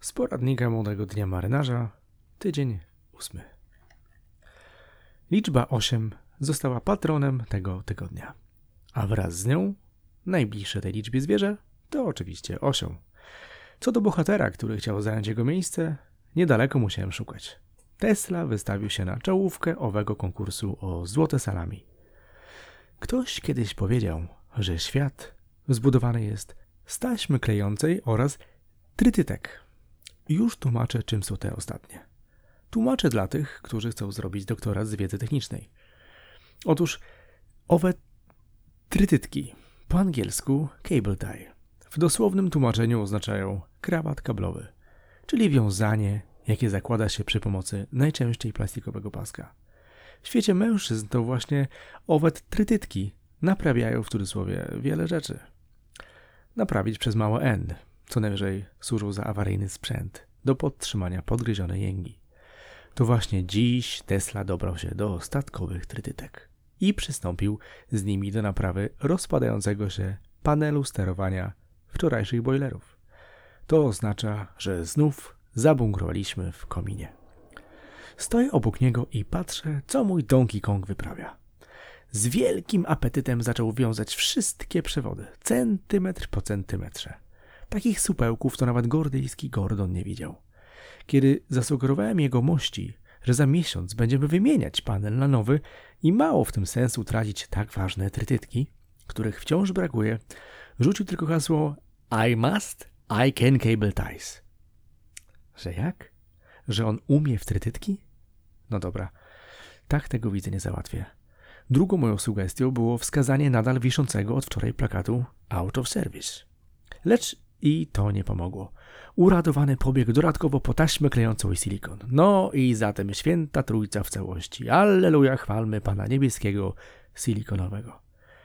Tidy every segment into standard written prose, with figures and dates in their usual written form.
Z poradnika Młodego Dnia Marynarza, tydzień 8. Liczba 8 została patronem tego tygodnia, a wraz z nią najbliższe tej liczbie zwierzę to oczywiście osioł. Co do bohatera, który chciał zająć jego miejsce, niedaleko musiałem szukać. Tesla wystawił się na czołówkę owego konkursu o złote salami. Ktoś kiedyś powiedział, że świat zbudowany jest z taśmy klejącej oraz trytytek. Już tłumaczę, czym są te ostatnie. Tłumaczę dla tych, którzy chcą zrobić doktorat z wiedzy technicznej. Otóż owe trytytki, po angielsku cable tie, w dosłownym tłumaczeniu oznaczają krawat kablowy, czyli wiązanie, jakie zakłada się przy pomocy najczęściej plastikowego paska. W świecie mężczyzn to właśnie owe trytytki naprawiają w cudzysłowie wiele rzeczy. Naprawić przez małe n, co najwyżej służą za awaryjny sprzęt do podtrzymania podgryzionej jęgi. To właśnie dziś Tesla dobrał się do statkowych trytytek i przystąpił z nimi do naprawy rozpadającego się panelu sterowania wczorajszych bojlerów. To oznacza, że znów zabunkrowaliśmy w kominie. Stoję obok niego i patrzę, co mój Donkey Kong wyprawia. Z wielkim apetytem zaczął wiązać wszystkie przewody, centymetr po centymetrze. Takich supełków to nawet gordyjski Gordon nie widział. Kiedy zasugerowałem jego mości, że za miesiąc będziemy wymieniać panel na nowy i mało w tym sensu tracić tak ważne trytytki, których wciąż brakuje, rzucił tylko hasło I must, I can cable ties. Że jak? Że on umie w trytytki? No dobra, tak tego widzę nie załatwię. Drugą moją sugestią było wskazanie nadal wiszącego od wczoraj plakatu Out of Service. Lecz i to nie pomogło. Uradowany pobiegł dodatkowo po taśmę klejącą i silikon. No i zatem święta trójca w całości. Alleluja, chwalmy Pana Niebieskiego silikonowego.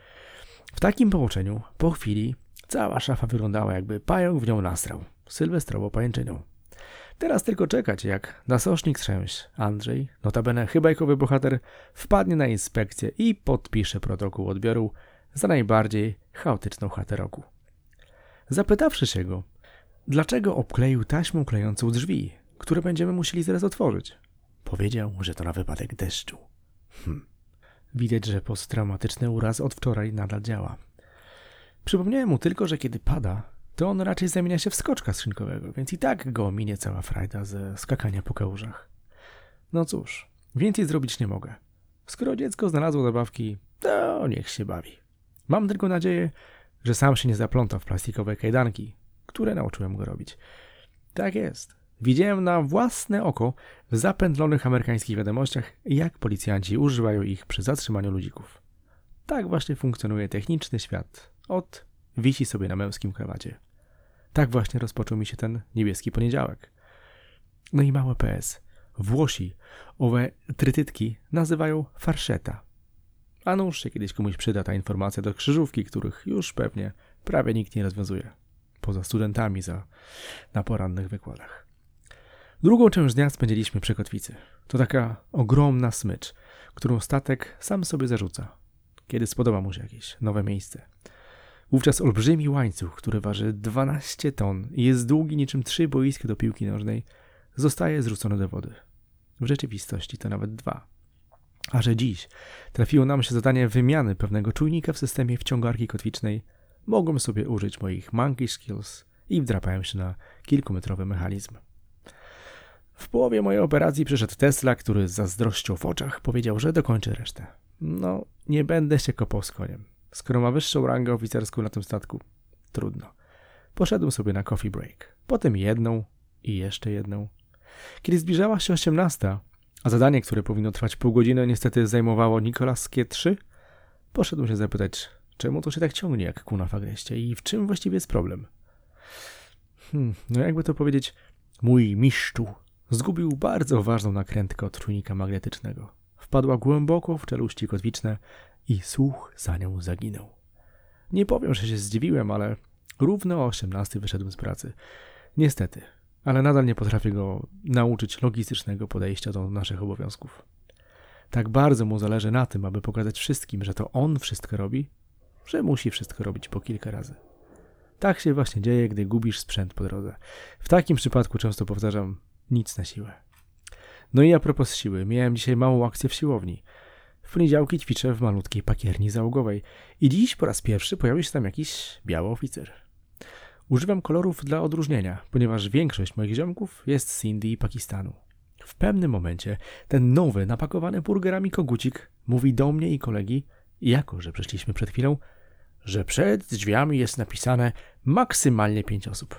W takim połączeniu, po chwili, cała szafa wyglądała, jakby pająk w nią nasrał, sylwestrową pajęczyną. Teraz tylko czekać, jak nasosznik trzęś. Andrzej, notabene chybajkowy bohater, wpadnie na inspekcję i podpisze protokół odbioru za najbardziej chaotyczną chatę roku. Zapytawszy się go, dlaczego obkleił taśmą klejącą drzwi, które będziemy musieli zaraz otworzyć, powiedział, że to na wypadek deszczu. Widać, że posttraumatyczny uraz od wczoraj nadal działa. Przypomniałem mu tylko, że kiedy pada, to on raczej zamienia się w skoczka skrzynkowego, więc i tak go minie cała frajda ze skakania po kałużach. No cóż, więcej zrobić nie mogę. Skoro dziecko znalazło zabawki, to niech się bawi. Mam tylko nadzieję, że sam się nie zapląta w plastikowe kajdanki, które nauczyłem go robić. Tak jest. Widziałem na własne oko w zapętlonych amerykańskich wiadomościach, jak policjanci używają ich przy zatrzymaniu ludzików. Tak właśnie funkcjonuje techniczny świat. Wisi sobie na męskim krawacie. Tak właśnie rozpoczął mi się ten niebieski poniedziałek. No i małe PS. Włosi owe trytytki nazywają farszeta. A nuż się kiedyś komuś przyda ta informacja do krzyżówki, których już pewnie prawie nikt nie rozwiązuje. Poza studentami na porannych wykładach. Drugą część dnia spędziliśmy przy kotwicy. To taka ogromna smycz, którą statek sam sobie zarzuca, kiedy spodoba mu się jakieś nowe miejsce. Wówczas olbrzymi łańcuch, który waży 12 ton i jest długi niczym 3 boiska do piłki nożnej, zostaje zrzucony do wody. W rzeczywistości to nawet 2. A że dziś trafiło nam się zadanie wymiany pewnego czujnika w systemie wciągarki kotwicznej, mogłem sobie użyć moich monkey skills i wdrapałem się na kilkumetrowy mechanizm. W połowie mojej operacji przyszedł Tesla, który z zazdrością w oczach powiedział, że dokończy resztę. No, nie będę się kopał z koniem. Skoro ma wyższą rangę oficerską na tym statku, trudno. Poszedłem sobie na coffee break. Potem jedną i jeszcze jedną. Kiedy zbliżała się 18, a zadanie, które powinno trwać pół godziny, niestety zajmowało nikolaskie 3, poszedłem się zapytać, czemu to się tak ciągnie jak kuna w agreście i w czym właściwie jest problem. No jakby to powiedzieć, mój mistrzu zgubił bardzo ważną nakrętkę od czujnika magnetycznego. Wpadła głęboko w czeluści kotwiczne i słuch za nią zaginął. Nie powiem, że się zdziwiłem, ale równo o 18 wyszedłem z pracy. Niestety, ale nadal nie potrafię go nauczyć logistycznego podejścia do naszych obowiązków. Tak bardzo mu zależy na tym, aby pokazać wszystkim, że to on wszystko robi, że musi wszystko robić po kilka razy. Tak się właśnie dzieje, gdy gubisz sprzęt po drodze. W takim przypadku często powtarzam, nic na siłę. No i a propos siły, miałem dzisiaj małą akcję w siłowni. W poniedziałki ćwiczę w malutkiej pakierni załogowej i dziś po raz pierwszy pojawił się tam jakiś biały oficer. Używam kolorów dla odróżnienia, ponieważ większość moich ziomków jest z Indii i Pakistanu. W pewnym momencie ten nowy, napakowany burgerami kogucik mówi do mnie i kolegi, jako że przeszliśmy przed chwilą, że przed drzwiami jest napisane maksymalnie 5 osób.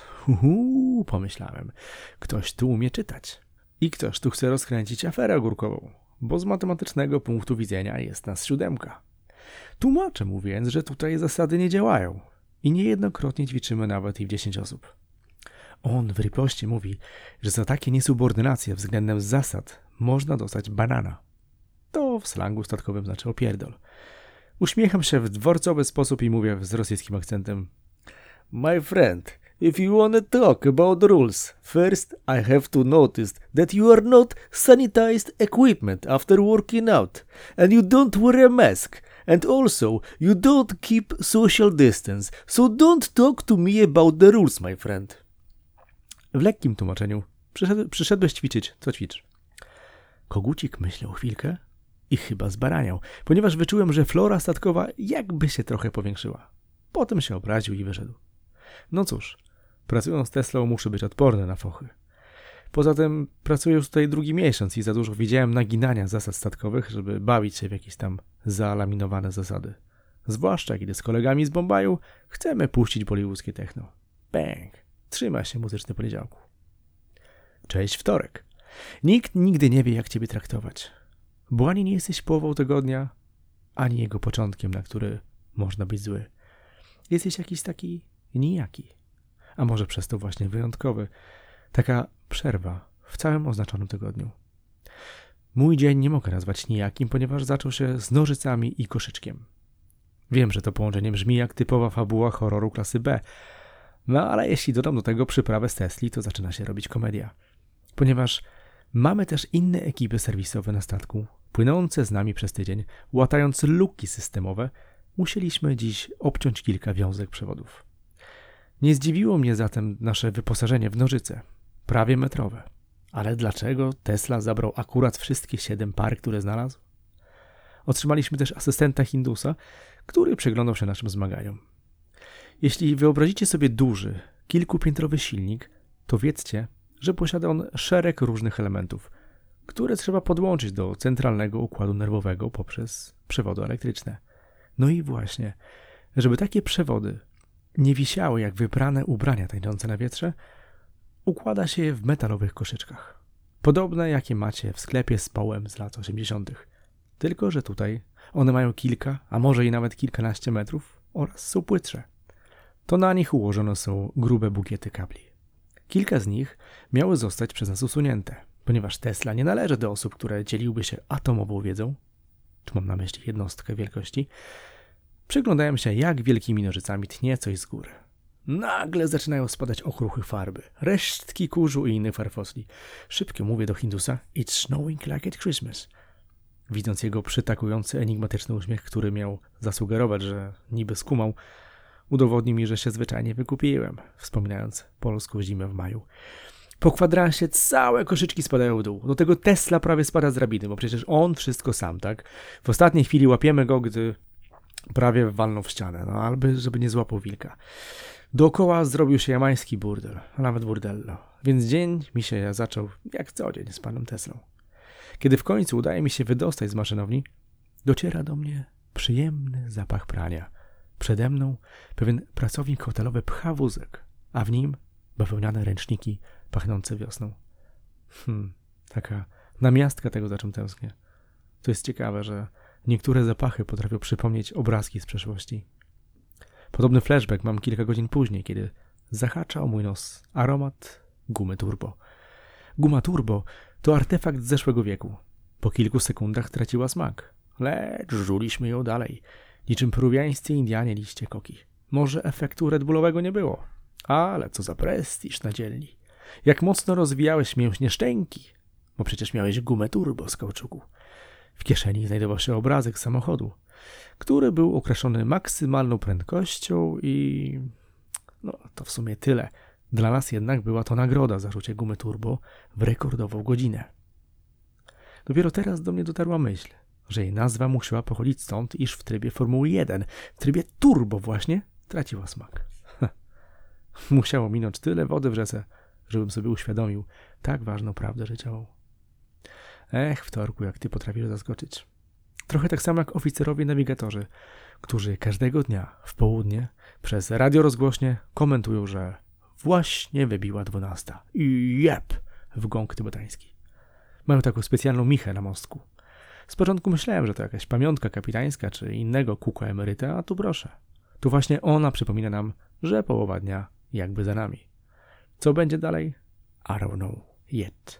Pomyślałem, ktoś tu umie czytać. I ktoś tu chce rozkręcić aferę ogórkową, bo z matematycznego punktu widzenia jest nas 7. Tłumaczę mu więc, że tutaj zasady nie działają i niejednokrotnie ćwiczymy nawet i w 10 osób. On w ripoście mówi, że za takie niesubordynacje względem zasad można dostać banana. To w slangu statkowym znaczy opierdol. Uśmiecham się w dworcowy sposób i mówię z rosyjskim akcentem: My friend, if you want to talk about rules, first I have to notice that you are not sanitized equipment after working out, and you don't wear a mask, and also you don't keep social distance, so don't talk to me about the rules, my friend. W lekkim tłumaczeniu, przyszedłeś ćwiczyć, co ćwicz. Kogucik myślał chwilkę i chyba zbaraniał, ponieważ wyczułem, że flora statkowa jakby się trochę powiększyła. Potem się obraził i wyszedł. No cóż, pracując z Teslą muszę być odporny na fochy. Poza tym pracuję już tutaj 2. miesiąc i za dużo widziałem naginania zasad statkowych, żeby bawić się w jakieś tam zalaminowane zasady. Zwłaszcza kiedy z kolegami z Bombaju chcemy puścić bollywoodzkie techno. Bang! Trzyma się muzyczny poniedziałku. Cześć wtorek. Nikt nigdy nie wie, jak ciebie traktować. Bo ani nie jesteś połową tygodnia, ani jego początkiem, na który można być zły. Jesteś jakiś taki nijaki. A może przez to właśnie wyjątkowy. Taka przerwa w całym oznaczonym tygodniu. Mój dzień nie mogę nazwać nijakim, ponieważ zaczął się z nożycami i koszyczkiem. Wiem, że to połączenie brzmi jak typowa fabuła horroru klasy B. No ale jeśli dodam do tego przyprawę z Tesli, to zaczyna się robić komedia. Ponieważ mamy też inne ekipy serwisowe na statku, płynące z nami przez tydzień, łatając luki systemowe, musieliśmy dziś obciąć kilka wiązek przewodów. Nie zdziwiło mnie zatem nasze wyposażenie w nożyce, prawie metrowe. Ale dlaczego Tesla zabrał akurat wszystkie 7 par, które znalazł? Otrzymaliśmy też asystenta Hindusa, który przyglądał się naszym zmaganiom. Jeśli wyobrazicie sobie duży, kilkupiętrowy silnik, to wiedzcie, że posiada on szereg różnych elementów, które trzeba podłączyć do centralnego układu nerwowego poprzez przewody elektryczne. No i właśnie, żeby takie przewody nie wisiały jak wyprane ubrania tańczące na wietrze, układa się je w metalowych koszyczkach. Podobne jakie macie w sklepie z połem z lat 80. Tylko że tutaj one mają kilka, a może i nawet kilkanaście metrów oraz są płytsze. To na nich ułożone są grube bukiety kabli. Kilka z nich miały zostać przez nas usunięte, ponieważ Tesla nie należy do osób, które dzieliłyby się atomową wiedzą, tu mam na myśli jednostkę wielkości, przyglądają się, jak wielkimi nożycami tnie coś z góry. Nagle zaczynają spadać okruchy farby, resztki kurzu i innych farfosli. Szybko mówię do Hindusa: It's snowing like at Christmas. Widząc jego przytakujący, enigmatyczny uśmiech, który miał zasugerować, że niby skumał, udowodnił mi, że się zwyczajnie wykupiłem, wspominając polską zimę w maju. Po kwadransie całe koszyczki spadają w dół. Do tego Tesla prawie spada z drabiny, bo przecież on wszystko sam, tak? W ostatniej chwili łapiemy go, gdy prawie walnął w ścianę, no albo żeby nie złapał wilka. Dookoła zrobił się jamański burdel, a nawet burdello. Więc dzień mi się zaczął jak co dzień z panem Teslą. Kiedy w końcu udaje mi się wydostać z maszynowni, dociera do mnie przyjemny zapach prania. Przede mną pewien pracownik hotelowy pcha wózek, a w nim bawełniane ręczniki pachnące wiosną. Taka namiastka tego, za czym tęsknię. To jest ciekawe, że niektóre zapachy potrafią przypomnieć obrazki z przeszłości. Podobny flashback mam kilka godzin później, kiedy zahacza o mój nos aromat gumy turbo. Guma turbo to artefakt z zeszłego wieku. Po kilku sekundach traciła smak, lecz żuliśmy ją dalej, niczym peruwiańscy Indianie liście koki. Może efektu Red Bullowego nie było, ale co za prestiż na dzielni. Jak mocno rozwijałeś mięśnie szczęki, bo przecież miałeś gumę turbo z kauczuku. W kieszeni znajdował się obrazek samochodu, który był określony maksymalną prędkością i No, to w sumie tyle. Dla nas jednak była to nagroda za rzucie gumy turbo w rekordową godzinę. Dopiero teraz do mnie dotarła myśl, że jej nazwa musiała pochodzić stąd, iż w trybie Formuły 1, w trybie turbo właśnie, traciła smak. Musiało minąć tyle wody w rzece, żebym sobie uświadomił tak ważną prawdę życiową. Wtorku, jak ty potrafisz zaskoczyć. Trochę tak samo jak oficerowie nawigatorzy, którzy każdego dnia w południe przez radiorozgłośnie komentują, że właśnie wybiła 12. I jep, w gong tybetański. Mają taką specjalną michę na mostku. Z początku myślałem, że to jakaś pamiątka kapitańska czy innego kuka emeryta, a tu proszę. Tu właśnie ona przypomina nam, że połowa dnia jakby za nami. Co będzie dalej? I don't know yet.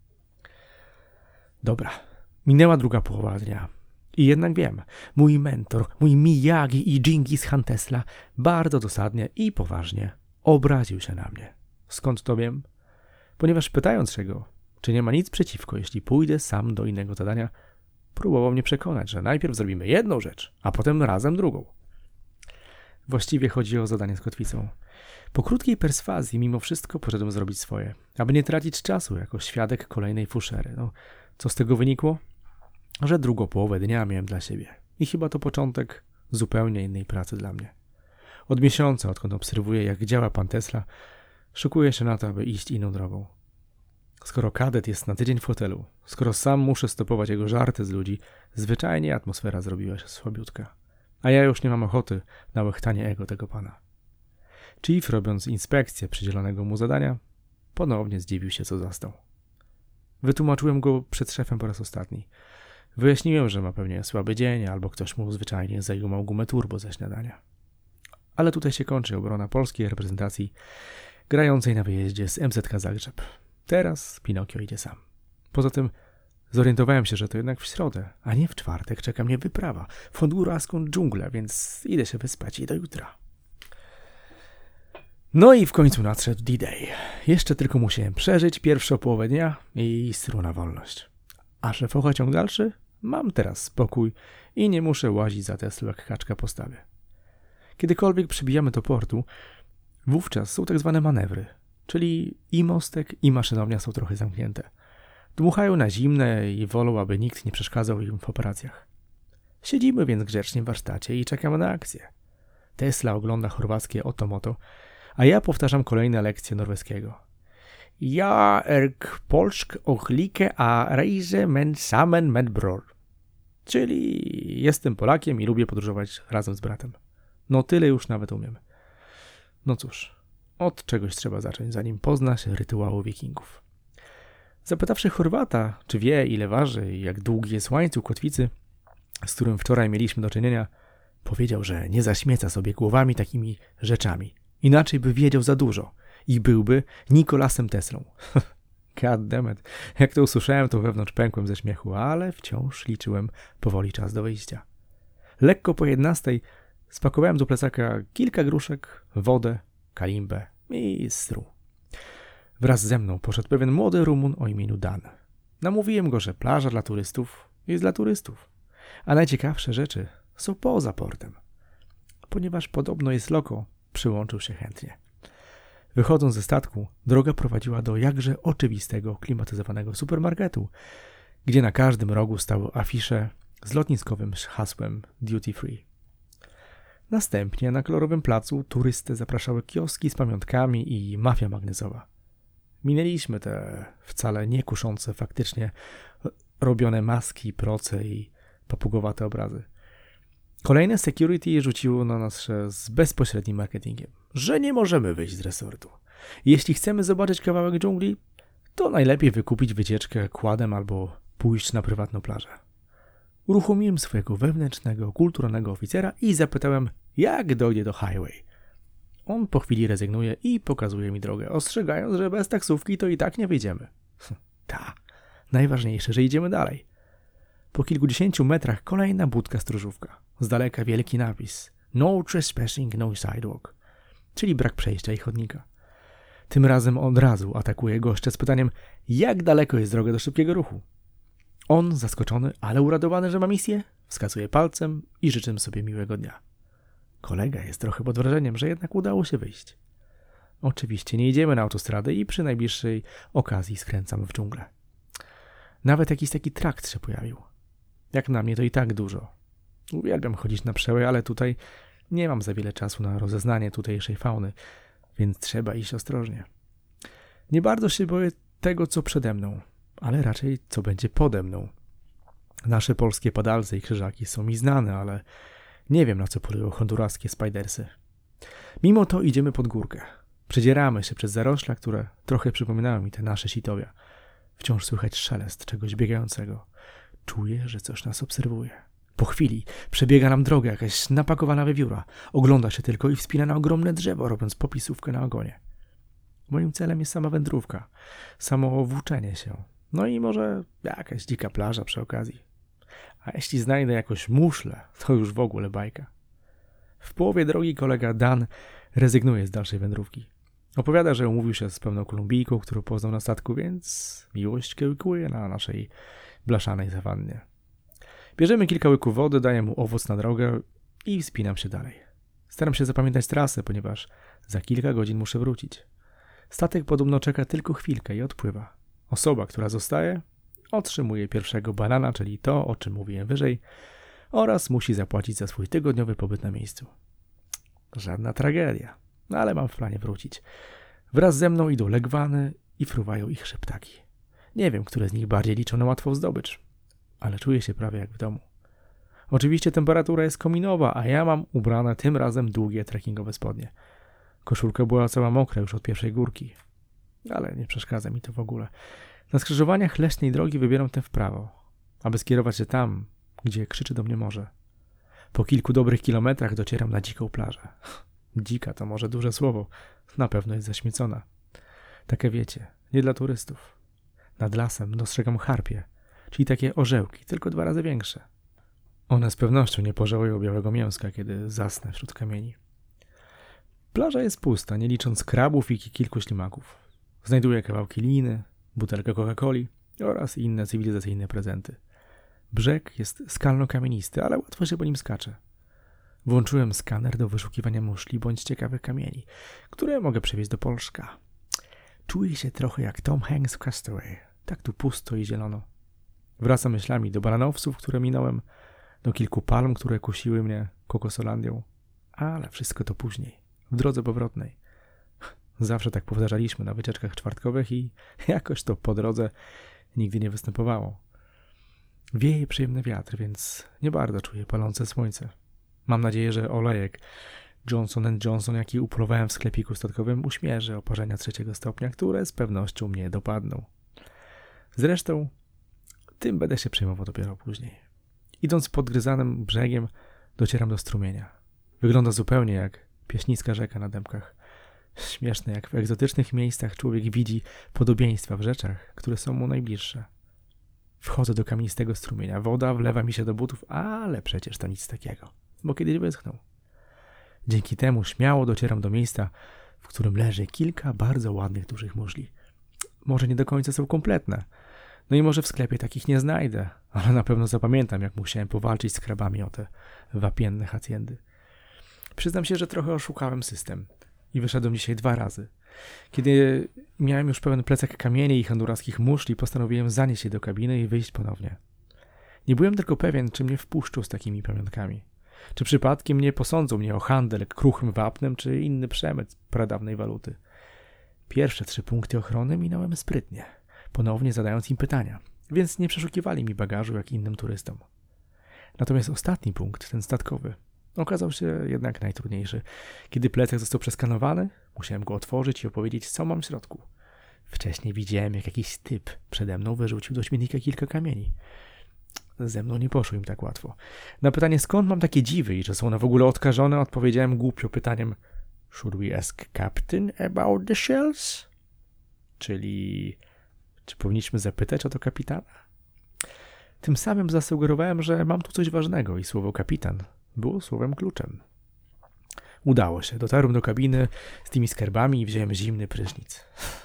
Dobra, minęła druga połowa dnia. I jednak wiem, mój mentor, mój Miyagi i Dżingis Han Tesla bardzo dosadnie i poważnie obraził się na mnie. Skąd to wiem? Ponieważ pytając się go, czy nie ma nic przeciwko, jeśli pójdę sam do innego zadania, próbował mnie przekonać, że najpierw zrobimy jedną rzecz, a potem razem drugą. Właściwie chodzi o zadanie z kotwicą. Po krótkiej perswazji mimo wszystko poszedłem zrobić swoje, aby nie tracić czasu jako świadek kolejnej fuszery. No, co z tego wynikło? Że drugą połowę dnia miałem dla siebie. I chyba to początek zupełnie innej pracy dla mnie. Od miesiąca, odkąd obserwuję, jak działa pan Tesla, szykuję się na to, aby iść inną drogą. Skoro kadet jest na tydzień w hotelu, skoro sam muszę stopować jego żarty z ludzi, zwyczajnie atmosfera zrobiła się słabiutka. A ja już nie mam ochoty na łechtanie ego tego pana. Chief, robiąc inspekcję przydzielonego mu zadania, ponownie zdziwił się, co zastał. Wytłumaczyłem go przed szefem po raz ostatni. Wyjaśniłem, że ma pewnie słaby dzień, albo ktoś mu zwyczajnie zajumał gumę turbo ze śniadania. Ale tutaj się kończy obrona polskiej reprezentacji grającej na wyjeździe z MZK Zagrzeb. Teraz Pinokio idzie sam. Poza tym zorientowałem się, że to jednak w środę, a nie w czwartek czeka mnie wyprawa w honduraską dżunglę, więc idę się wyspać i do jutra. No i w końcu nadszedł D-Day. Jeszcze tylko musiałem przeżyć pierwszą połowę dnia i struna wolność. A szefocha ciąg dalszy? Mam teraz spokój i nie muszę łazić za Teslą jak kaczka po stawie. Kiedykolwiek przybijamy do portu, wówczas są tak zwane manewry, czyli i mostek, i maszynownia są trochę zamknięte. Dmuchają na zimne i wolą, aby nikt nie przeszkadzał im w operacjach. Siedzimy więc grzecznie w warsztacie i czekamy na akcję. Tesla ogląda chorwackie oto-moto, a ja powtarzam kolejne lekcje norweskiego. Ja Polsk ochlike a reise men samen med bror. Czyli jestem Polakiem i lubię podróżować razem z bratem. No tyle już nawet umiem. No cóż, od czegoś trzeba zacząć, zanim pozna się rytuału wikingów. Zapytawszy Chorwata, czy wie, ile waży i jak długi jest łańcuch kotwicy, z którym wczoraj mieliśmy do czynienia, powiedział, że nie zaśmieca sobie głowami takimi rzeczami. Inaczej by wiedział za dużo i byłby Nikolasem Teslą. God damn it. Jak to usłyszałem, to wewnątrz pękłem ze śmiechu, ale wciąż liczyłem powoli czas do wyjścia. Lekko po 11 spakowałem do plecaka kilka gruszek, wodę, kalimbę i stru. Wraz ze mną poszedł pewien młody Rumun o imieniu Dan. Namówiłem go, że plaża dla turystów jest dla turystów, a najciekawsze rzeczy są poza portem. Ponieważ podobno jest loko, przyłączył się chętnie. Wychodząc ze statku, droga prowadziła do jakże oczywistego, klimatyzowanego supermarketu, gdzie na każdym rogu stały afisze z lotniskowym hasłem Duty Free. Następnie na kolorowym placu turystę zapraszały kioski z pamiątkami i mafia magnezowa. Minęliśmy te wcale nie kuszące faktycznie robione maski, proce i papugowate obrazy. Kolejne security rzuciło na nas z bezpośrednim marketingiem, że nie możemy wyjść z resortu. Jeśli chcemy zobaczyć kawałek dżungli, to najlepiej wykupić wycieczkę quadem albo pójść na prywatną plażę. Uruchomiłem swojego wewnętrznego, kulturalnego oficera i zapytałem, jak dojdzie do highway. On po chwili rezygnuje i pokazuje mi drogę, ostrzegając, że bez taksówki to i tak nie wyjdziemy. Najważniejsze, że idziemy dalej. Po kilkudziesięciu metrach kolejna budka stróżówka. Z daleka wielki napis No trespassing, no sidewalk, czyli brak przejścia i chodnika. Tym razem od razu atakuje gościa z pytaniem, jak daleko jest droga do szybkiego ruchu. On, zaskoczony, ale uradowany, że ma misję, wskazuje palcem i życzy sobie miłego dnia. Kolega jest trochę pod wrażeniem, że jednak udało się wyjść. Oczywiście nie idziemy na autostradę i przy najbliższej okazji skręcamy w dżunglę. Nawet jakiś taki trakt się pojawił. Jak na mnie to i tak dużo. Uwielbiam chodzić na przełaj, ale tutaj nie mam za wiele czasu na rozeznanie tutejszej fauny, więc trzeba iść ostrożnie. Nie bardzo się boję tego, co przede mną, ale raczej co będzie pode mną. Nasze polskie padalce i krzyżaki są mi znane, ale nie wiem, na co polują honduraskie spidersy. Mimo to idziemy pod górkę. Przedzieramy się przez zarośla, które trochę przypominają mi te nasze sitowia. Wciąż słychać szelest czegoś biegającego. Czuję, że coś nas obserwuje. Po chwili przebiega nam drogę jakaś napakowana wiewióra. Ogląda się tylko i wspina na ogromne drzewo, robiąc popisówkę na ogonie. Moim celem jest sama wędrówka, samo włóczenie się. No i może jakaś dzika plaża przy okazji. A jeśli znajdę jakąś muszlę, to już w ogóle bajka. W połowie drogi kolega Dan rezygnuje z dalszej wędrówki. Opowiada, że umówił się z pewną Kolumbijką, którą poznał na statku, więc miłość kiełkuje na naszej blaszanej sawannie. Bierzemy kilka łyków wody, daję mu owoc na drogę i wspinam się dalej. Staram się zapamiętać trasę, ponieważ za kilka godzin muszę wrócić. Statek podobno czeka tylko chwilkę i odpływa. Osoba, która zostaje, otrzymuje pierwszego banana, czyli to, o czym mówiłem wyżej, oraz musi zapłacić za swój tygodniowy pobyt na miejscu. Żadna tragedia, ale mam w planie wrócić. Wraz ze mną idą legwany i fruwają ich szeptaki. Nie wiem, które z nich bardziej liczą na łatwą zdobycz, ale czuję się prawie jak w domu. Oczywiście temperatura jest kominowa, a ja mam ubrane tym razem długie trekkingowe spodnie. Koszulka była cała mokra już od pierwszej górki, ale nie przeszkadza mi to w ogóle. Na skrzyżowaniach leśnej drogi wybieram tę w prawo, aby skierować się tam, gdzie krzyczy do mnie morze. Po kilku dobrych kilometrach docieram na dziką plażę. Dzika to może duże słowo, na pewno jest zaśmiecona. Takie wiecie, nie dla turystów. Nad lasem dostrzegam harpie, czyli takie orzełki, tylko 2 razy większe. One z pewnością nie pożałują białego mięska, kiedy zasnę wśród kamieni. Plaża jest pusta, nie licząc krabów i kilku ślimaków. Znajduję kawałki liny, butelkę Coca-Coli oraz inne cywilizacyjne prezenty. Brzeg jest skalno-kamienisty, ale łatwo się po nim skacze. Włączyłem skaner do wyszukiwania muszli bądź ciekawych kamieni, które mogę przewieźć do Polska. Czuję się trochę jak Tom Hanks w Castaway. Tak tu pusto i zielono. Wracam myślami do bananowców, które minąłem, do kilku palm, które kusiły mnie kokosolandią. Ale wszystko to później, w drodze powrotnej. Zawsze tak powtarzaliśmy na wycieczkach czwartkowych i jakoś to po drodze nigdy nie występowało. Wieje przyjemny wiatr, więc nie bardzo czuję palące słońce. Mam nadzieję, że olejek Johnson & Johnson, jaki upolowałem w sklepiku statkowym, uśmierzy oparzenia 3. stopnia, które z pewnością mnie dopadną. Zresztą tym będę się przejmował dopiero później. Idąc podgryzanym brzegiem, docieram do strumienia. Wygląda zupełnie jak pieśnicka rzeka na dębkach. Śmieszne, jak w egzotycznych miejscach człowiek widzi podobieństwa w rzeczach, które są mu najbliższe. Wchodzę do kamienistego strumienia. Woda wlewa mi się do butów, ale przecież to nic takiego, bo kiedyś wyschną. Dzięki temu śmiało docieram do miejsca, w którym leży kilka bardzo ładnych, dużych muszli. Może nie do końca są kompletne. No i może w sklepie takich nie znajdę, ale na pewno zapamiętam, jak musiałem powalczyć z krabami o te wapienne hacjendy. Przyznam się, że trochę oszukałem system i wyszedłem dzisiaj 2 razy. Kiedy miałem już pełen plecak kamieni i honduraskich muszli, postanowiłem zanieść je do kabiny i wyjść ponownie. Nie byłem tylko pewien, czy mnie wpuszczą z takimi pamiątkami. Czy przypadkiem nie posądzą mnie o handel kruchym wapnem, czy inny przemyt pradawnej waluty. Pierwsze 3 punkty ochrony minąłem sprytnie, ponownie zadając im pytania, więc nie przeszukiwali mi bagażu jak innym turystom. Natomiast ostatni punkt, ten statkowy, okazał się jednak najtrudniejszy. Kiedy plecak został przeskanowany, musiałem go otworzyć i opowiedzieć, co mam w środku. Wcześniej widziałem, jak jakiś typ przede mną wyrzucił do śmietnika kilka kamieni. Ze mną nie poszło im tak łatwo. Na pytanie, skąd mam takie dziwy i że są one w ogóle odkażone, odpowiedziałem głupio pytaniem Should we ask captain about the shells? Czyli czy powinniśmy zapytać o to kapitana? Tym samym zasugerowałem, że mam tu coś ważnego i słowo kapitan było słowem kluczem. Udało się. Dotarłem do kabiny z tymi skarbami i wziąłem zimny prysznic.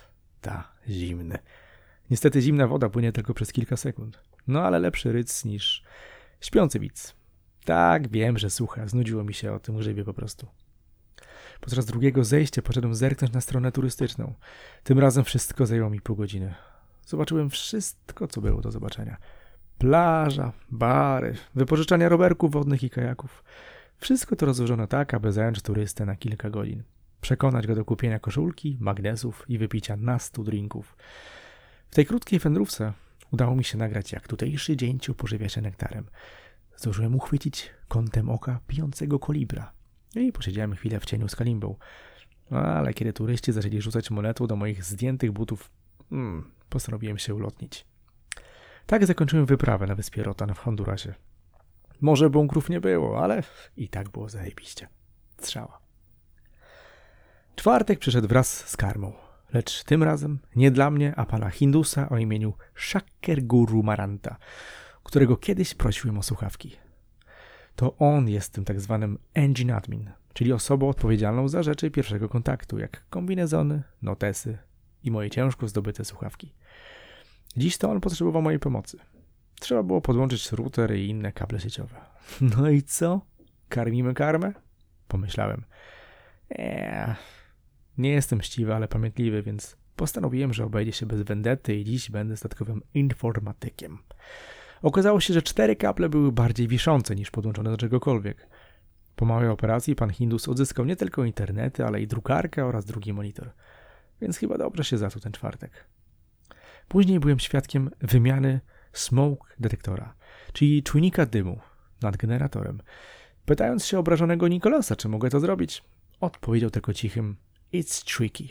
Zimny. Niestety zimna woda płynie tylko przez kilka sekund. No ale lepszy ryc niż śpiący widz. Tak, wiem, że sucha. Znudziło mi się o tym grzybie po prostu. Podczas drugiego zejścia poszedłem zerknąć na stronę turystyczną. Tym razem wszystko zajęło mi pół godziny. Zobaczyłem wszystko, co było do zobaczenia. Plaża, bary, wypożyczania rowerków wodnych i kajaków. Wszystko to rozłożono tak, aby zająć turystę na kilka godzin. Przekonać go do kupienia koszulki, magnesów i wypicia nastu drinków. W tej krótkiej wędrówce udało mi się nagrać, jak tutejszy dzięcioł pożywia się nektarem. Zdążyłem uchwycić kątem oka pijącego kolibra. I posiedziałem chwilę w cieniu z kalimbą. Ale kiedy turyści zaczęli rzucać monetą do moich zdjętych butów, postanowiłem się ulotnić. Tak zakończyłem wyprawę na wyspie Rotan w Hondurasie. Może bunkrów nie było, ale i tak było zajebiście. Strzała. Czwartek przyszedł wraz z karmą. Lecz tym razem nie dla mnie, a pana Hindusa o imieniu Shaker Guru Maranta, którego kiedyś prosiłem o słuchawki. To on jest tym tak zwanym engine admin, czyli osobą odpowiedzialną za rzeczy pierwszego kontaktu, jak kombinezony, notesy i moje ciężko zdobyte słuchawki. Dziś to on potrzebował mojej pomocy. Trzeba było podłączyć router i inne kable sieciowe. No i co? Karmimy karmę? Pomyślałem. Nie jestem chciwy, ale pamiętliwy, więc postanowiłem, że obejdzie się bez wendety i dziś będę statkowym informatykiem. Okazało się, że 4 kable były bardziej wiszące niż podłączone do czegokolwiek. Po małej operacji pan Hindus odzyskał nie tylko internety, ale i drukarkę oraz drugi monitor. Więc chyba dobrze się zasuł ten czwartek. Później byłem świadkiem wymiany smoke detektora, czyli czujnika dymu nad generatorem. Pytając się obrażonego Nikolasa, czy mogę to zrobić, odpowiedział tylko cichym "It's tricky".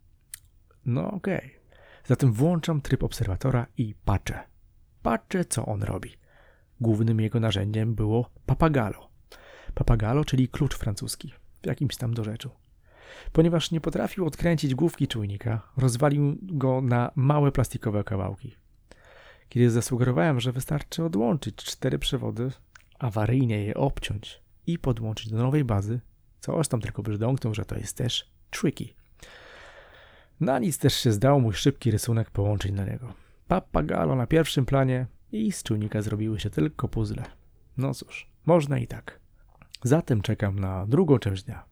No okej. Zatem włączam tryb obserwatora i patrzę. Patrzę, co on robi. Głównym jego narzędziem było Papagalo. Papagalo, czyli klucz francuski, w jakimś tam dorzeczu. Ponieważ nie potrafił odkręcić główki czujnika, rozwalił go na małe plastikowe kawałki. Kiedy zasugerowałem, że wystarczy odłączyć 4 przewody, awaryjnie je obciąć i podłączyć do nowej bazy, coś tam tylko brzdąknął, że to jest też tricky. Na nic też się zdał mój szybki rysunek połączeń na niego. Papagalo na pierwszym planie i z czujnika zrobiły się tylko puzzle. No cóż, można i tak. Zatem czekam na drugą część dnia.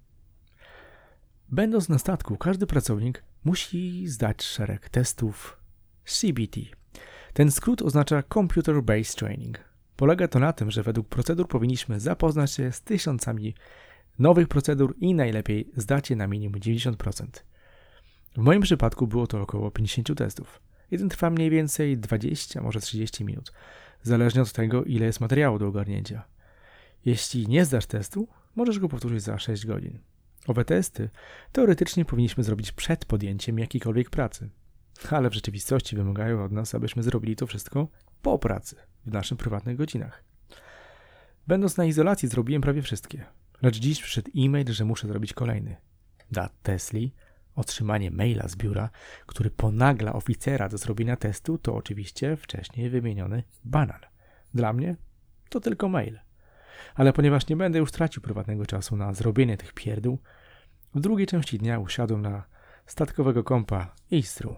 Będąc na statku, każdy pracownik musi zdać szereg testów CBT. Ten skrót oznacza Computer Based Training. Polega to na tym, że według procedur powinniśmy zapoznać się z tysiącami nowych procedur i najlepiej zdać je na minimum 90%. W moim przypadku było to około 50 testów. Jeden trwa mniej więcej 20, może 30 minut, zależnie od tego, ile jest materiału do ogarnięcia. Jeśli nie zdasz testu, możesz go powtórzyć za 6 godzin. Owe testy teoretycznie powinniśmy zrobić przed podjęciem jakiejkolwiek pracy, ale w rzeczywistości wymagają od nas, abyśmy zrobili to wszystko po pracy, w naszych prywatnych godzinach. Będąc na izolacji zrobiłem prawie wszystkie, lecz dziś przyszedł e-mail, że muszę zrobić kolejny. Dla Tesli otrzymanie maila z biura, który ponagla oficera do zrobienia testu, to oczywiście wcześniej wymieniony banan. Dla mnie to tylko mail. Ale ponieważ nie będę już tracił prywatnego czasu na zrobienie tych pierdół, w drugiej części dnia usiadłem na statkowego kompa Istru.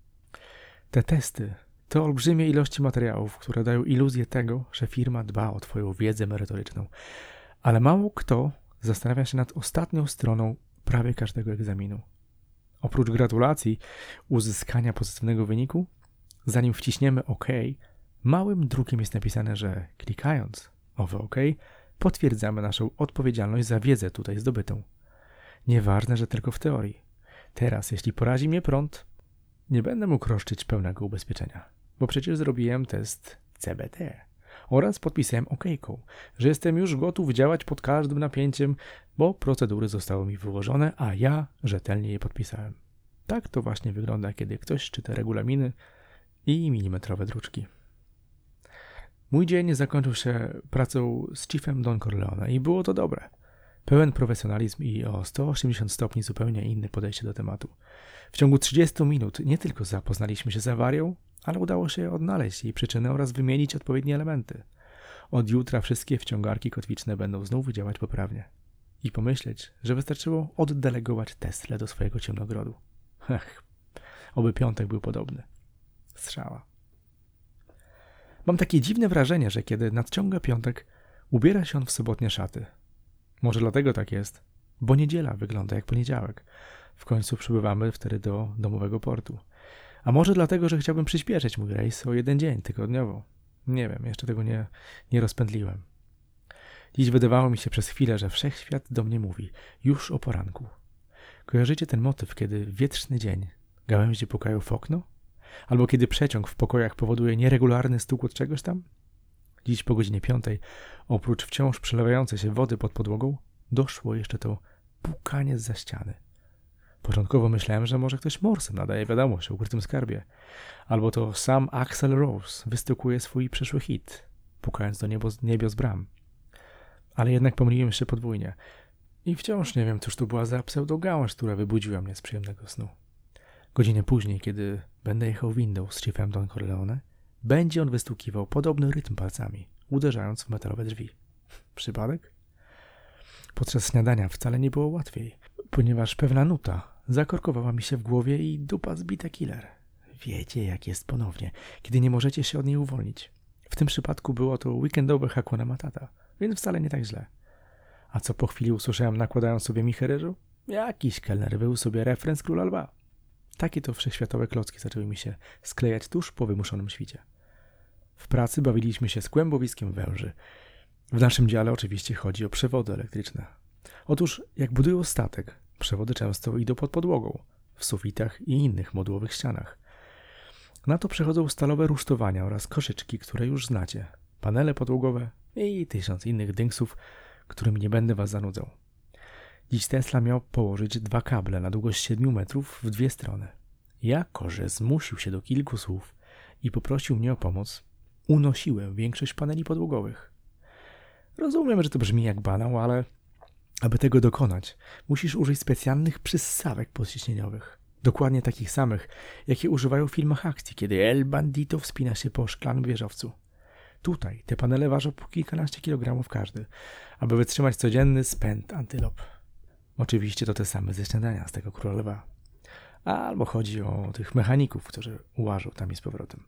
Te testy to olbrzymie ilości materiałów, które dają iluzję tego, że firma dba o twoją wiedzę merytoryczną. Ale mało kto zastanawia się nad ostatnią stroną prawie każdego egzaminu. Oprócz gratulacji uzyskania pozytywnego wyniku, zanim wciśniemy OK, małym drukiem jest napisane, że klikając owe OK, potwierdzamy naszą odpowiedzialność za wiedzę tutaj zdobytą. Nieważne, że tylko w teorii. Teraz, jeśli porazi mnie prąd, nie będę mógł roszczyć pełnego ubezpieczenia, bo przecież zrobiłem test CBT oraz podpisałem OK-ką, że jestem już gotów działać pod każdym napięciem, bo procedury zostały mi wyłożone, a ja rzetelnie je podpisałem. Tak to właśnie wygląda, kiedy ktoś czyta regulaminy i milimetrowe druczki. Mój dzień zakończył się pracą z Chiefem Don Corleone i było to dobre. Pełen profesjonalizm i o 180 stopni zupełnie inne podejście do tematu. W ciągu 30 minut nie tylko zapoznaliśmy się z awarią, ale udało się odnaleźć jej przyczynę oraz wymienić odpowiednie elementy. Od jutra wszystkie wciągarki kotwiczne będą znów działać poprawnie. I pomyśleć, że wystarczyło oddelegować Teslę do swojego ciemnogrodu. Oby piątek był podobny. Strzała. Mam takie dziwne wrażenie, że kiedy nadciąga piątek, ubiera się on w sobotnie szaty. Może dlatego tak jest, bo niedziela wygląda jak poniedziałek. W końcu przybywamy wtedy do domowego portu. A może dlatego, że chciałbym przyspieszyć mój rejs o 1 dzień tygodniowo. Nie wiem, jeszcze tego nie rozpędliłem. Dziś wydawało mi się przez chwilę, że wszechświat do mnie mówi, już o poranku. Kojarzycie ten motyw, kiedy wietrzny dzień, gałęzie pukają w okno? Albo kiedy przeciąg w pokojach powoduje nieregularny stuk od czegoś tam? Dziś po godzinie 5, oprócz wciąż przelewającej się wody pod podłogą, doszło jeszcze to pukanie zza ściany. Początkowo myślałem, że może ktoś morsem nadaje wiadomość o ukrytym skarbie. Albo to sam Axl Rose wystukuje swój przyszły hit, pukając do niebios bram. Ale jednak pomyliłem się podwójnie. I wciąż nie wiem, cóż to była za pseudogałąź, która wybudziła mnie z przyjemnego snu. Godzinę później, kiedy będę jechał windą z Chiefem Don Corleone, będzie on wystukiwał podobny rytm palcami, uderzając w metalowe drzwi. Przypadek? Podczas śniadania wcale nie było łatwiej, ponieważ pewna nuta zakorkowała mi się w głowie i dupa zbita killer. Wiecie, jak jest ponownie, kiedy nie możecie się od niej uwolnić. W tym przypadku było to weekendowe Hakuna Matata, więc wcale nie tak źle. A co po chwili usłyszałem, nakładając sobie michę ryżu? Jakiś kelner wył sobie refren z Króla Lwa. Takie to wszechświatowe klocki zaczęły mi się sklejać tuż po wymuszonym świcie. W pracy bawiliśmy się z kłębowiskiem węży. W naszym dziale oczywiście chodzi o przewody elektryczne. Otóż, jak budują statek, przewody często idą pod podłogą, w sufitach i innych modułowych ścianach. Na to przechodzą stalowe rusztowania oraz koszyczki, które już znacie, panele podłogowe i 1000 innych dynksów, którymi nie będę was zanudzał. Dziś Tesla miał położyć 2 kable na długość 7 metrów w 2 strony. Jako że zmusił się do kilku słów i poprosił mnie o pomoc, unosiłem większość paneli podłogowych. Rozumiem, że to brzmi jak banał, ale aby tego dokonać, musisz użyć specjalnych przyssawek podciśnieniowych. Dokładnie takich samych, jakie używają w filmach akcji, kiedy El Bandito wspina się po szklanym wieżowcu. Tutaj te panele ważą po kilkanaście kilogramów każdy, aby wytrzymać codzienny spęd antylop. Oczywiście to te same ze śniadania z tego Króla Lwa. Albo chodzi o tych mechaników, którzy łażą tam i z powrotem.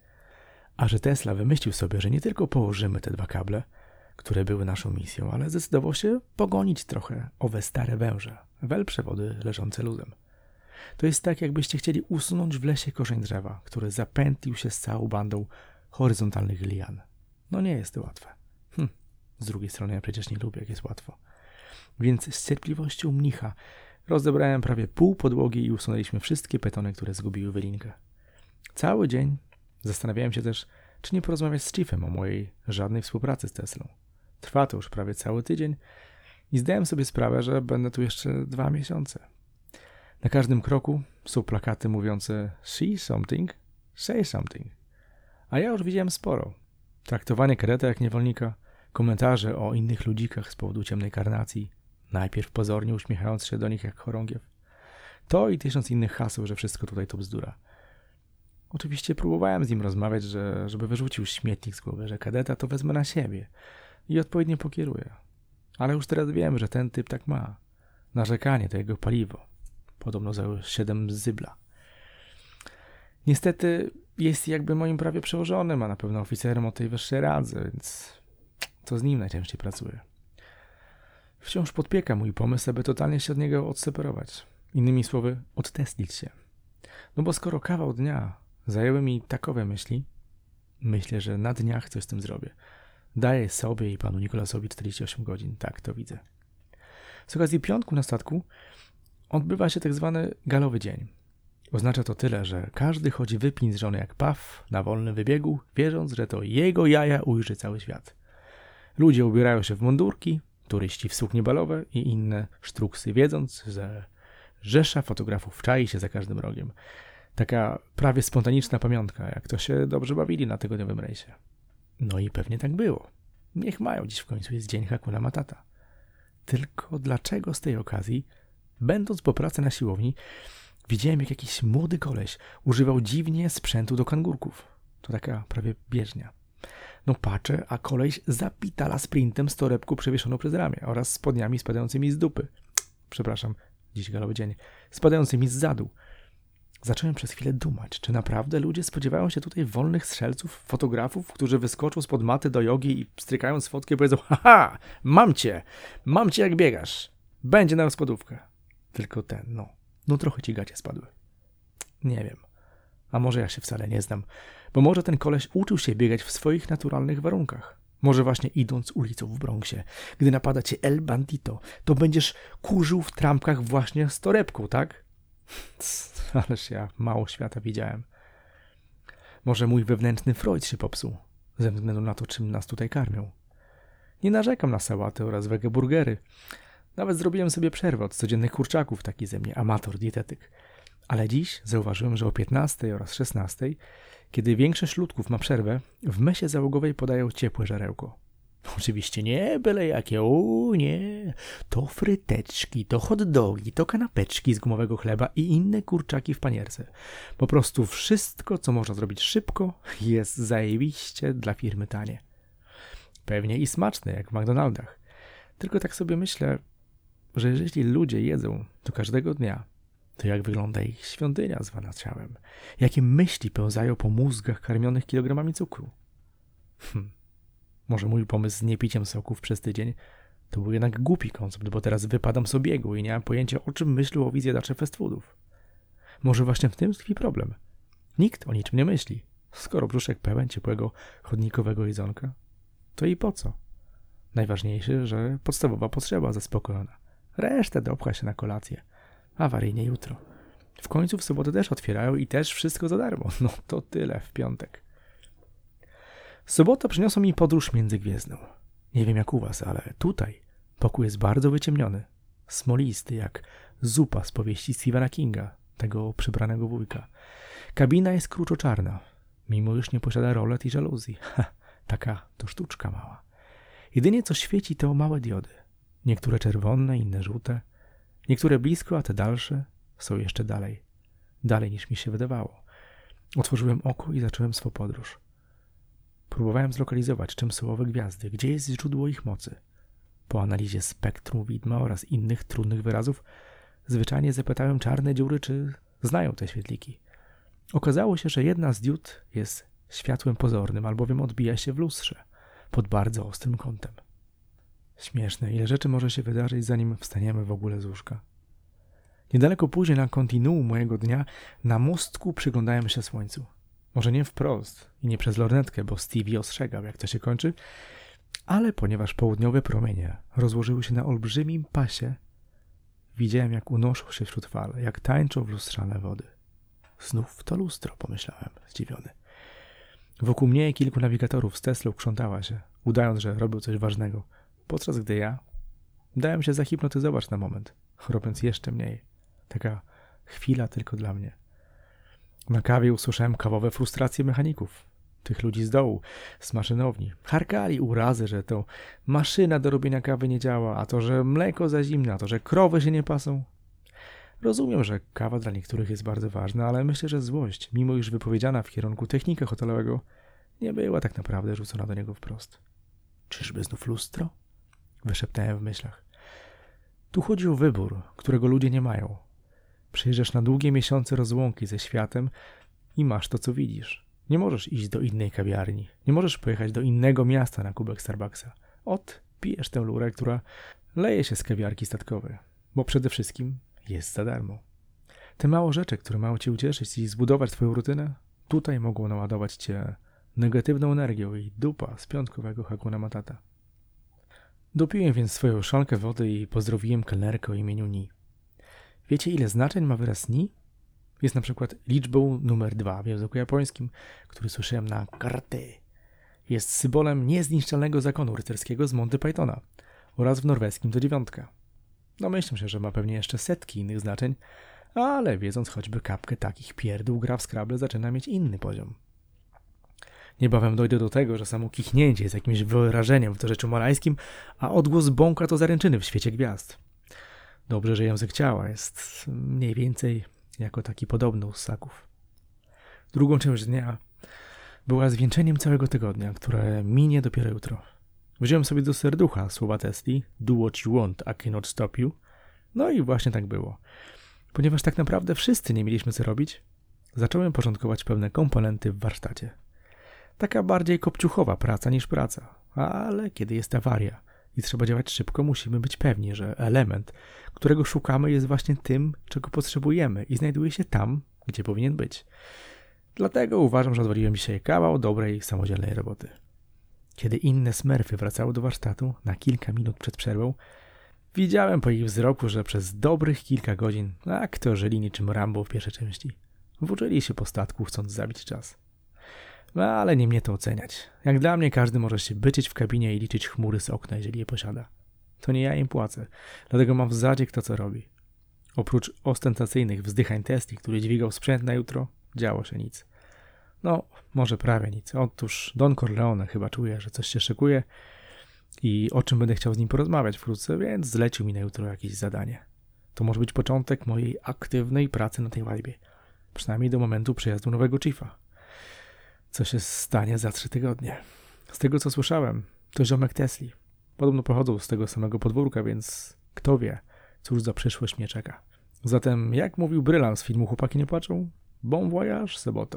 A że Tesla wymyślił sobie, że nie tylko położymy te 2 kable, które były naszą misją, ale zdecydował się pogonić trochę owe stare węże, przewody leżące luzem. To jest tak, jakbyście chcieli usunąć w lesie korzeń drzewa, który zapętlił się z całą bandą horyzontalnych lian. No nie jest to łatwe. Z drugiej strony ja przecież nie lubię, jak jest łatwo. Więc z cierpliwością mnicha rozebrałem prawie pół podłogi i usunęliśmy wszystkie betony, które zgubiły wylinkę. Cały dzień zastanawiałem się też, czy nie porozmawiać z Chiefem o mojej żadnej współpracy z Teslą. Trwa to już prawie cały tydzień i zdałem sobie sprawę, że będę tu jeszcze 2 miesiące. Na każdym kroku są plakaty mówiące see something, say something. A ja już widziałem sporo. Traktowanie kadeta jak niewolnika, komentarze o innych ludzikach z powodu ciemnej karnacji, najpierw pozornie uśmiechając się do nich jak chorągiew. To i 1000 innych haseł, że wszystko tutaj to bzdura. Oczywiście próbowałem z nim rozmawiać, żeby wyrzucił śmietnik z głowy, że kadeta to wezmę na siebie i odpowiednio pokieruję. Ale już teraz wiem, że ten typ tak ma. Narzekanie to jego paliwo. Podobno za 7 zybla. Niestety jest jakby moim prawie przełożonym, a na pewno oficerem o tej wyższej radze, więc to z nim najczęściej pracuję. Wciąż podpieka mój pomysł, aby totalnie się od niego odseparować. Innymi słowy, odtestlić się. No bo skoro kawał dnia zajęły mi takowe myśli, myślę, że na dniach coś z tym zrobię. Daję sobie i panu Nikolasowi 48 godzin, tak to widzę. Z okazji piątku na statku odbywa się tak zwany galowy dzień. Oznacza to tyle, że każdy chodzi wypinżony jak paw na wolnym wybiegu, wierząc, że to jego jaja ujrzy cały świat. Ludzie ubierają się w mundurki, turyści w suknie balowe i inne sztruksy, wiedząc, że rzesza fotografów czai się za każdym rogiem. Taka prawie spontaniczna pamiątka, jak to się dobrze bawili na tygodniowym rejsie. No i pewnie tak było. Niech mają, dziś w końcu jest dzień Hakuna Matata. Tylko dlaczego z tej okazji, będąc po pracy na siłowni, widziałem, jak jakiś młody koleś używał dziwnie sprzętu do kangurków. To taka prawie bieżnia. No patrzę, a koleś zapitala sprintem z torebką przewieszoną przez ramię oraz spodniami spadającymi z dupy. Przepraszam, dziś galowy dzień. Spadającymi z zadu. Zacząłem przez chwilę dumać, czy naprawdę ludzie spodziewają się tutaj wolnych strzelców, fotografów, którzy wyskoczą spod maty do jogi i strykając fotkę powiedzą: haha, mam cię jak biegasz. Będzie na rozkładówkę. Tylko no trochę ci gacie spadły. Nie wiem. A może ja się wcale nie znam. Bo może ten koleś uczył się biegać w swoich naturalnych warunkach. Może właśnie idąc ulicą w Bronxie, gdy napada cię El Bandito, to będziesz kurzył w trampkach właśnie z torebką, tak? Ależ ja mało świata widziałem. Może mój wewnętrzny Freud się popsuł, ze względu na to, czym nas tutaj karmią. Nie narzekam na sałaty oraz wegeburgery. Nawet zrobiłem sobie przerwę od codziennych kurczaków, taki ze mnie amator dietetyk. Ale dziś zauważyłem, że o 15 oraz 16, kiedy większość ludków ma przerwę, w mesie załogowej podają ciepłe żarełko. Oczywiście nie byle jakie, nie. To fryteczki, to hot dogi, to kanapeczki z gumowego chleba i inne kurczaki w panierce. Po prostu wszystko, co można zrobić szybko, jest zajebiście dla firmy tanie. Pewnie i smaczne, jak w McDonaldach. Tylko tak sobie myślę, że jeżeli ludzie jedzą to każdego dnia, to jak wygląda ich świątynia zwana ciałem? Jakie myśli pełzają po mózgach karmionych kilogramami cukru? Może mój pomysł z niepiciem soków przez tydzień to był jednak głupi koncept, bo teraz wypadam z obiegu i nie mam pojęcia, o czym myślą zjadacze fast foodów. Może właśnie w tym tkwi problem. Nikt o niczym nie myśli. Skoro brzuszek pełen ciepłego, chodnikowego jedzonka, to i po co? Najważniejsze, że podstawowa potrzeba zaspokojona. Resztę dopcha się na kolację. Awaryjnie jutro. W końcu w sobotę też otwierają i też wszystko za darmo. No to tyle w piątek. Sobota przyniosła mi podróż międzygwiezdną. Nie wiem jak u was, ale tutaj pokój jest bardzo wyciemniony. Smolisty jak zupa z powieści Stephena Kinga, tego przybranego wujka. Kabina jest kruczoczarna, mimo iż nie posiada rolet i żaluzji. Taka to sztuczka mała. Jedynie co świeci to małe diody. Niektóre czerwone, inne żółte. Niektóre blisko, a te dalsze są jeszcze dalej. Dalej niż mi się wydawało. Otworzyłem oko i zacząłem swą podróż. Próbowałem zlokalizować, czym są owe gwiazdy, gdzie jest źródło ich mocy. Po analizie spektrum widma oraz innych trudnych wyrazów zwyczajnie zapytałem czarne dziury, czy znają te świetliki. Okazało się, że jedna z diod jest światłem pozornym, albowiem odbija się w lustrze pod bardzo ostrym kątem. Śmieszne, ile rzeczy może się wydarzyć, zanim wstaniemy w ogóle z łóżka. Niedaleko później na kontinuum mojego dnia na mostku przyglądałem się słońcu. Może nie wprost i nie przez lornetkę, bo Stevie ostrzegał, jak to się kończy, ale ponieważ południowe promienie rozłożyły się na olbrzymim pasie, widziałem, jak unoszą się wśród fal, jak tańczą w lustrzane wody. Znów to lustro, pomyślałem, zdziwiony. Wokół mnie kilku nawigatorów z Teslą krzątała się, udając, że robią coś ważnego, podczas gdy ja dałem się zahipnotyzować na moment, robiąc jeszcze mniej. Taka chwila tylko dla mnie. Na kawie usłyszałem kawowe frustracje mechaników, tych ludzi z dołu, z maszynowni. Harkali urazy, że to maszyna do robienia kawy nie działa, a to, że mleko za zimne, a to, że krowy się nie pasą. Rozumiem, że kawa dla niektórych jest bardzo ważna, ale myślę, że złość, mimo iż wypowiedziana w kierunku technika hotelowego, nie była tak naprawdę rzucona do niego wprost. Czyżby znów lustro? Wyszeptałem w myślach. Tu chodzi o wybór, którego ludzie nie mają. Przyjeżdżasz na długie miesiące rozłąki ze światem i masz to, co widzisz. Nie możesz iść do innej kawiarni. Nie możesz pojechać do innego miasta na kubek Starbucksa. Pijesz tę lurę, która leje się z kawiarki statkowej, bo przede wszystkim jest za darmo. Te małe rzeczy, które mają cię ucieszyć i zbudować twoją rutynę, tutaj mogą naładować cię negatywną energią i dupa z piątkowego Hakuna Matata. Dopiłem więc swoją szklankę wody i pozdrowiłem kelnerkę o imieniu Ni. Wiecie, ile znaczeń ma wyraz Ni? Jest na przykład liczbą numer 2 w języku japońskim, który słyszałem na karate. Jest symbolem niezniszczalnego zakonu rycerskiego z Monty Pythona oraz w norweskim to 9. Domyślam się, że ma pewnie jeszcze setki innych znaczeń, ale wiedząc choćby kapkę takich pierdół, gra w Scrabble zaczyna mieć inny poziom. Niebawem dojdę do tego, że samo kichnięcie jest jakimś wyrażeniem w dorzeczu malajskim, a odgłos bąka to zaręczyny w świecie gwiazd. Dobrze, że język ciała jest mniej więcej jako taki podobny u ssaków. Drugą część dnia była zwieńczeniem całego tygodnia, które minie dopiero jutro. Wziąłem sobie do serducha słowa Tesli, do what you want, I cannot stop you. No i właśnie tak było. Ponieważ tak naprawdę wszyscy nie mieliśmy co robić, zacząłem porządkować pewne komponenty w warsztacie. Taka bardziej kopciuchowa praca niż praca, ale kiedy jest awaria i trzeba działać szybko, musimy być pewni, że element, którego szukamy, jest właśnie tym, czego potrzebujemy i znajduje się tam, gdzie powinien być. Dlatego uważam, że odwaliłem dzisiaj kawał dobrej, samodzielnej roboty. Kiedy inne smerfy wracały do warsztatu na kilka minut przed przerwą, widziałem po ich wzroku, że przez dobrych kilka godzin aktorzy niczym Rambo w pierwszej części włóczyli się po statku, chcąc zabić czas. Ale nie mnie to oceniać. Jak dla mnie każdy może się byczyć w kabinie i liczyć chmury z okna, jeżeli je posiada. To nie ja im płacę, dlatego mam w zadzie kto co robi. Oprócz ostentacyjnych wzdychań Tesli, który dźwigał sprzęt na jutro, działo się nic. Może prawie nic. Otóż Don Corleone chyba czuje, że coś się szykuje i o czym będę chciał z nim porozmawiać wkrótce, więc zlecił mi na jutro jakieś zadanie. To może być początek mojej aktywnej pracy na tej łajbie. Przynajmniej do momentu przyjazdu nowego chiefa. Co się stanie za 3 tygodnie? Z tego co słyszałem, to ziomek Tesli. Podobno pochodzą z tego samego podwórka, więc kto wie, cóż za przyszłość mnie czeka. Zatem, jak mówił Brylan z filmu Chłopaki nie płaczą? Bon voyage, Soboto.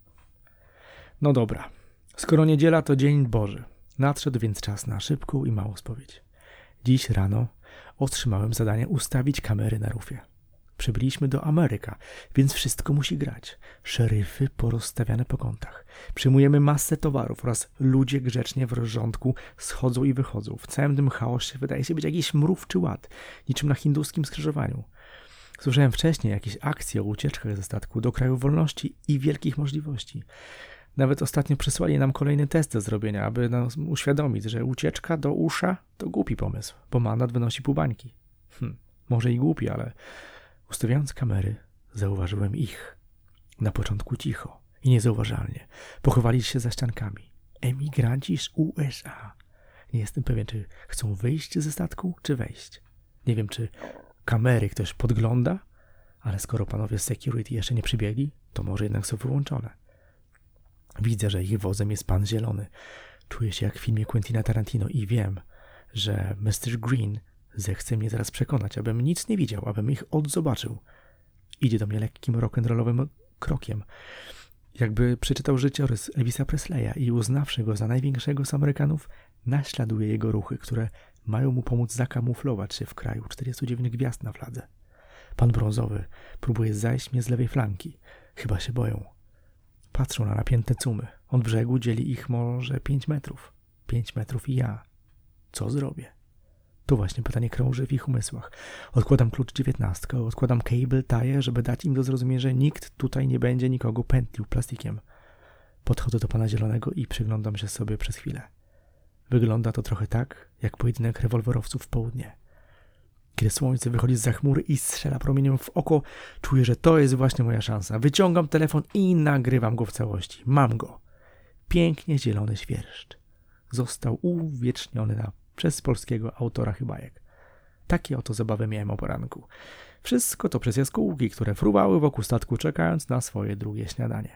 No dobra, skoro niedziela to dzień Boży, nadszedł więc czas na szybką i małą spowiedź. Dziś rano otrzymałem zadanie ustawić kamery na rufie. Przybyliśmy do Ameryka, więc wszystko musi grać. Szeryfy porozstawiane po kątach. Przyjmujemy masę towarów oraz ludzie grzecznie w rozrządku schodzą i wychodzą. W całym tym chaosie wydaje się być jakiś mrówczy ład, niczym na hinduskim skrzyżowaniu. Słyszałem wcześniej jakieś akcje o ucieczkach ze statku do kraju wolności i wielkich możliwości. Nawet ostatnio przysłali nam kolejny test do zrobienia, aby nas uświadomić, że ucieczka do usza to głupi pomysł, bo mandat wynosi pół bańki. Może i głupi, ale ustawiając kamery, zauważyłem ich. Na początku cicho i niezauważalnie. Pochowali się za ściankami. Emigranci z USA. Nie jestem pewien, czy chcą wyjść ze statku, czy wejść. Nie wiem, czy kamery ktoś podgląda, ale skoro panowie z security jeszcze nie przybiegli, to może jednak są wyłączone. Widzę, że ich wozem jest pan zielony. Czuję się jak w filmie Quentina Tarantino i wiem, że Mr. Green zechce mnie zaraz przekonać, abym nic nie widział, abym ich odzobaczył. Idzie do mnie lekkim rock'n'rollowym krokiem, jakby przeczytał życiorys Elvisa Presleya i uznawszy go za największego z Amerykanów, naśladuje jego ruchy, które mają mu pomóc zakamuflować się w kraju 49 gwiazd na fladze. Pan brązowy próbuje zajść mnie z lewej flanki. Chyba się boją. Patrzą na napięte cumy. Od brzegu dzieli ich może 5 metrów. 5 metrów i ja. Co zrobię? To właśnie pytanie krąży w ich umysłach. Odkładam klucz 19, odkładam cable tie, żeby dać im do zrozumienia, że nikt tutaj nie będzie nikogo pętlił plastikiem. Podchodzę do pana zielonego i przyglądam się sobie przez chwilę. Wygląda to trochę tak, jak pojedynek rewolwerowców w południe. Kiedy słońce wychodzi zza chmury i strzela promieniem w oko, czuję, że to jest właśnie moja szansa. Wyciągam telefon i nagrywam go w całości. Mam go. Pięknie zielony świerszcz. Został uwieczniony przez polskiego autora chybajek. Takie oto zabawy miałem o poranku. Wszystko to przez jaskółki, które fruwały wokół statku, czekając na swoje drugie śniadanie.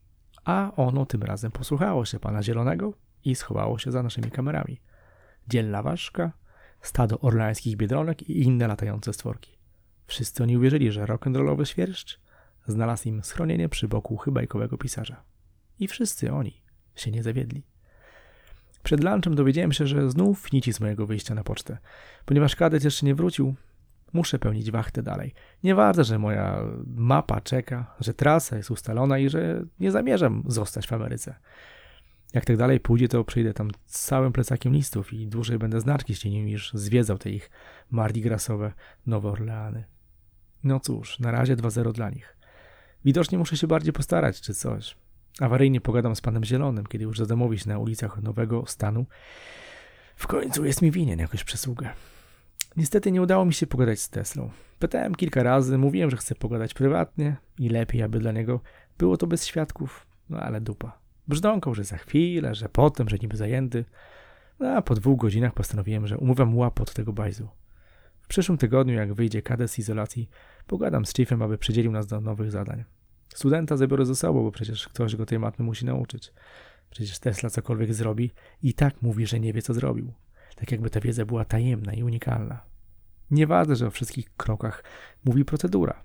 A ono tym razem posłuchało się pana zielonego i schowało się za naszymi kamerami. Dzielna ważka, stado orlańskich biedronek i inne latające stworki. Wszyscy oni uwierzyli, że rock'n'rollowy świerszcz znalazł im schronienie przy boku chybajkowego pisarza. I wszyscy oni się nie zawiedli. Przed lunchem dowiedziałem się, że znów nici z mojego wyjścia na pocztę. Ponieważ kadet jeszcze nie wrócił, muszę pełnić wachtę dalej. Nieważne, że moja mapa czeka, że trasa jest ustalona i że nie zamierzam zostać w Ameryce. Jak tak dalej pójdzie, to przyjdę tam z całym plecakiem listów i dłużej będę znaczki ścienił niż zwiedzał te ich Mardi Grasowe Nowe Orleany. No cóż, na razie 2-0 dla nich. Widocznie muszę się bardziej postarać, czy coś. Awaryjnie pogadam z panem Zielonym, kiedy już zadomowić na ulicach Nowego Stanu. W końcu jest mi winien jakąś przysługę. Niestety nie udało mi się pogadać z Teslą. Pytałem kilka razy, mówiłem, że chcę pogadać prywatnie i lepiej, aby dla niego było to bez świadków, no ale dupa. Brzdąkał, że za chwilę, że potem, że niby zajęty. A po 2 godzinach postanowiłem, że umywam łap od tego bajzu. W przyszłym tygodniu, jak wyjdzie kadet z izolacji, pogadam z chiefem, aby przydzielił nas do nowych zadań. Studenta zabiorę ze sobą, bo przecież ktoś go tej matmy musi nauczyć. Przecież Tesla cokolwiek zrobi i tak mówi, że nie wie, co zrobił. Tak jakby ta wiedza była tajemna i unikalna. Nieważne, że o wszystkich krokach mówi procedura.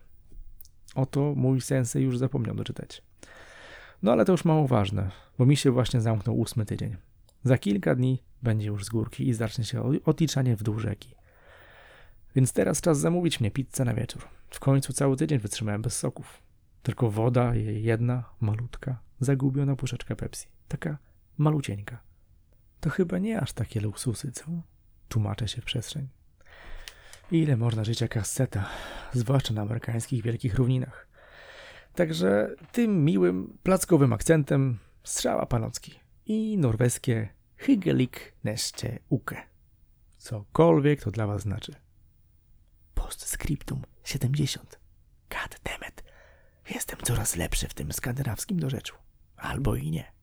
Oto mój sensei już zapomniał doczytać. No ale to już mało ważne, bo mi się właśnie zamknął 8. tydzień. Za kilka dni będzie już z górki i zacznie się odliczanie w dół rzeki. Więc teraz czas zamówić mnie pizzę na wieczór. W końcu cały tydzień wytrzymałem bez soków. Tylko woda i jedna, malutka, zagubiona puszeczka Pepsi. Taka malucieńka. To chyba nie aż takie luksusy, co? Tłumaczę się w przestrzeń. Ile można żyć jak asceta, zwłaszcza na amerykańskich wielkich równinach. Także tym miłym, plackowym akcentem strzała panocki i norweskie hyggelik neste uke. Cokolwiek to dla was znaczy. Postscriptum 70. God damn it. Jestem coraz lepszy w tym skandynawskim dorzeczu. Albo i nie.